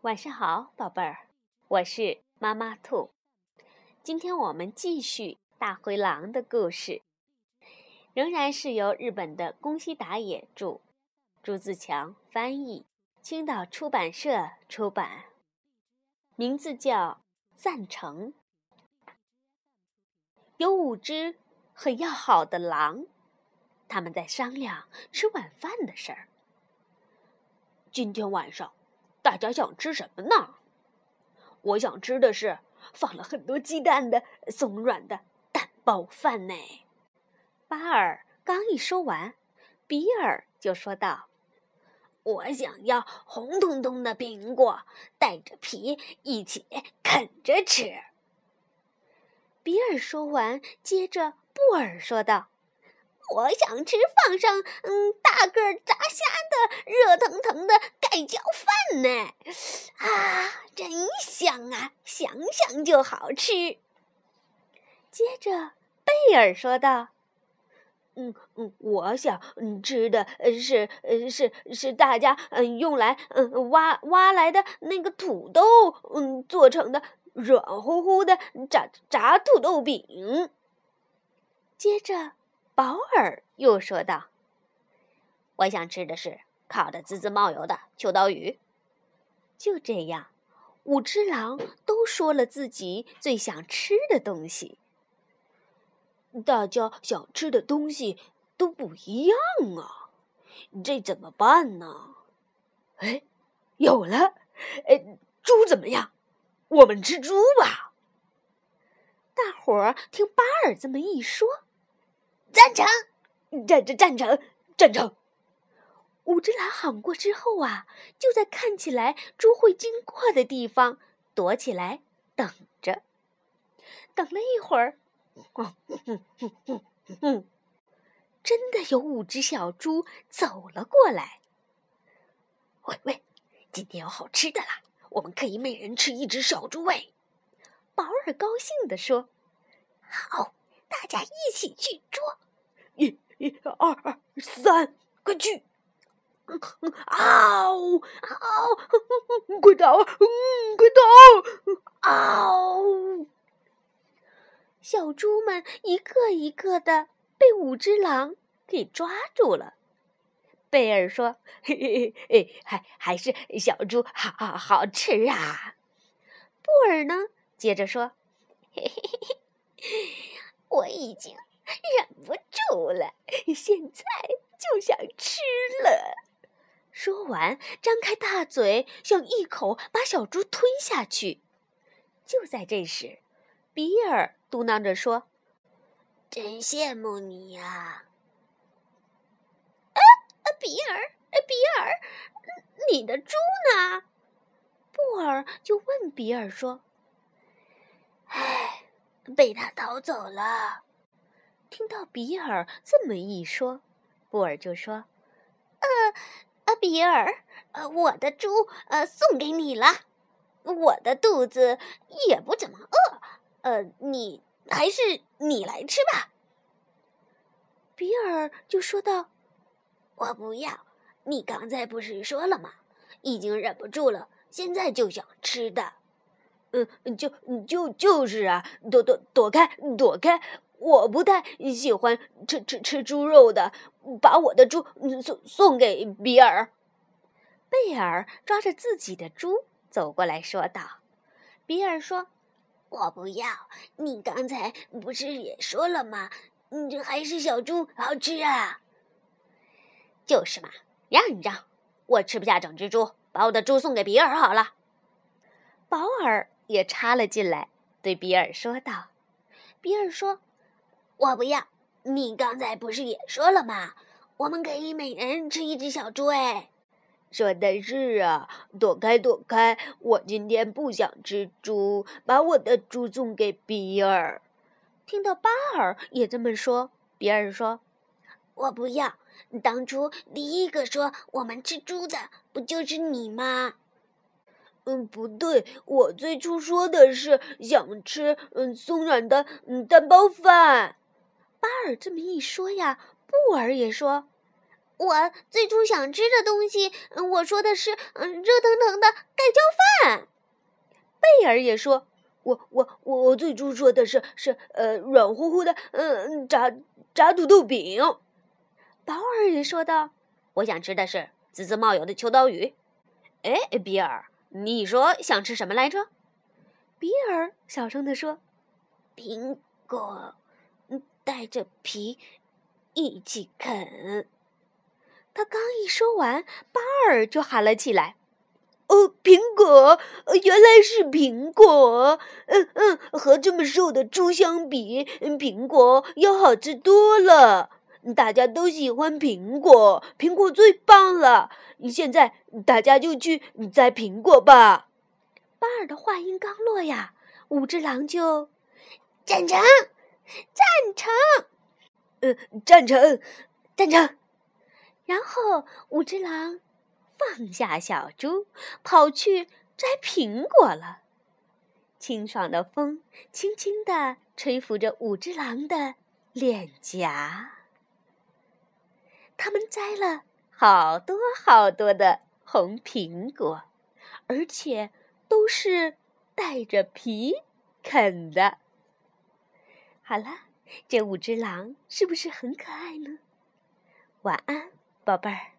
晚上好，宝贝儿，我是妈妈兔。今天我们继续大灰狼的故事，仍然是由日本的宫西达也著，朱自强翻译，青岛出版社出版，名字叫《赞成》。有5只很要好的狼，他们在商量吃晚饭的事儿。今天晚上大家想吃什么呢？我想吃的是放了很多鸡蛋的松软的蛋包饭呢。巴尔刚一说完，比尔就说道：“ 我想要红彤彤的苹果，带着皮一起啃着吃。” 比尔说完，接着布尔说道：“ 我想吃放上大个炸虾的热腾腾的盖浇饭呢！啊，真香啊，想想就好吃。” 接着贝尔说道：“ 我想吃的是大家用来挖来的那个土豆做成的软乎乎的炸土豆饼。” 接着保尔又说道：“ 我想吃的是烤得滋滋冒油的秋刀鱼。” 就这样，5只狼都说了自己最想吃的东西。 大家想吃的东西都不一样啊，这怎么办呢？哎，有了！猪怎么样？我们吃猪吧！ 大伙儿听巴尔这么一说， 赞成赞成 ！5只狼喊过之后啊，就在看起来猪会经过的地方躲起来等着。等了一会儿，真的有5只小猪走了过来。 喂，今天有好吃的啦！我们可以每人吃1只小猪喂。 保尔高兴地说：“ 好，大家一起去捉！1、2、3，快去！嗷！快逃！快逃！嗷！” 小猪们一个一个的被5只狼给抓住了。贝尔说：“ 还是小猪好吃啊。” 布尔呢，接着说：“ 我已经忍不住了，现在就想吃了。” 说完，张开大嘴，想一口把小猪吞下去。就在这时，比尔嘟囔着说：“ 真羡慕你呀！”比尔，你的猪呢？ 布尔就问比尔说：“ 唉，被他逃走了。” 听到比尔这么一说，布尔就说：“ 比尔，我的猪送给你了，我的肚子也不怎么饿，还是你来吃吧。” 比尔就说道：“ 我不要，你刚才不是说了吗？已经忍不住了，现在就想吃的。”就是啊，躲开！我不太喜欢吃猪肉的，把我的猪送给比尔。 贝尔抓着自己的猪走过来说道。比尔说：“ 我不要，你刚才不是也说了吗？还是小猪好吃啊。”就是嘛，让一让，我吃不下整只猪，把我的猪送给比尔好了。 保尔也插了进来，对比尔说道。 比尔说：“我不要，你刚才不是也说了吗？我们可以每人吃1只小猪哎。”说的是啊，躲开！我今天不想吃猪，把我的猪送给比尔。 听到巴尔也这么说，比尔说：“ 我不要，当初第一个说我们吃猪的，不就是你吗？”不对，我最初说的是想吃松软的蛋包饭。 巴尔这么一说呀，布尔也说：“ 我最初想吃的东西，我说的是，热腾腾的盖浇饭。 贝尔也说， 我最初说的是软乎乎的，炸土豆饼。 保尔也说道， 我想吃的是滋滋冒油的秋刀鱼。哎，比尔，你说想吃什么来着？ 比尔小声地说， 苹果，带着皮一起啃。 他刚一说完，巴尔就喊了起来， 哦，苹果，原来是苹果。和这么瘦的猪相比，苹果要好吃多了。大家都喜欢苹果，苹果最棒了。现在大家就去摘苹果吧。 巴尔的话音刚落呀，五只狼就赞成， 赞成。 然后五只狼放下小猪，跑去摘苹果了。清爽的风轻轻地吹拂着五只狼的脸颊。他们摘了好多好多的红苹果，而且都是带着皮啃的。好了，这五只狼是不是很可爱呢？晚安，宝贝儿。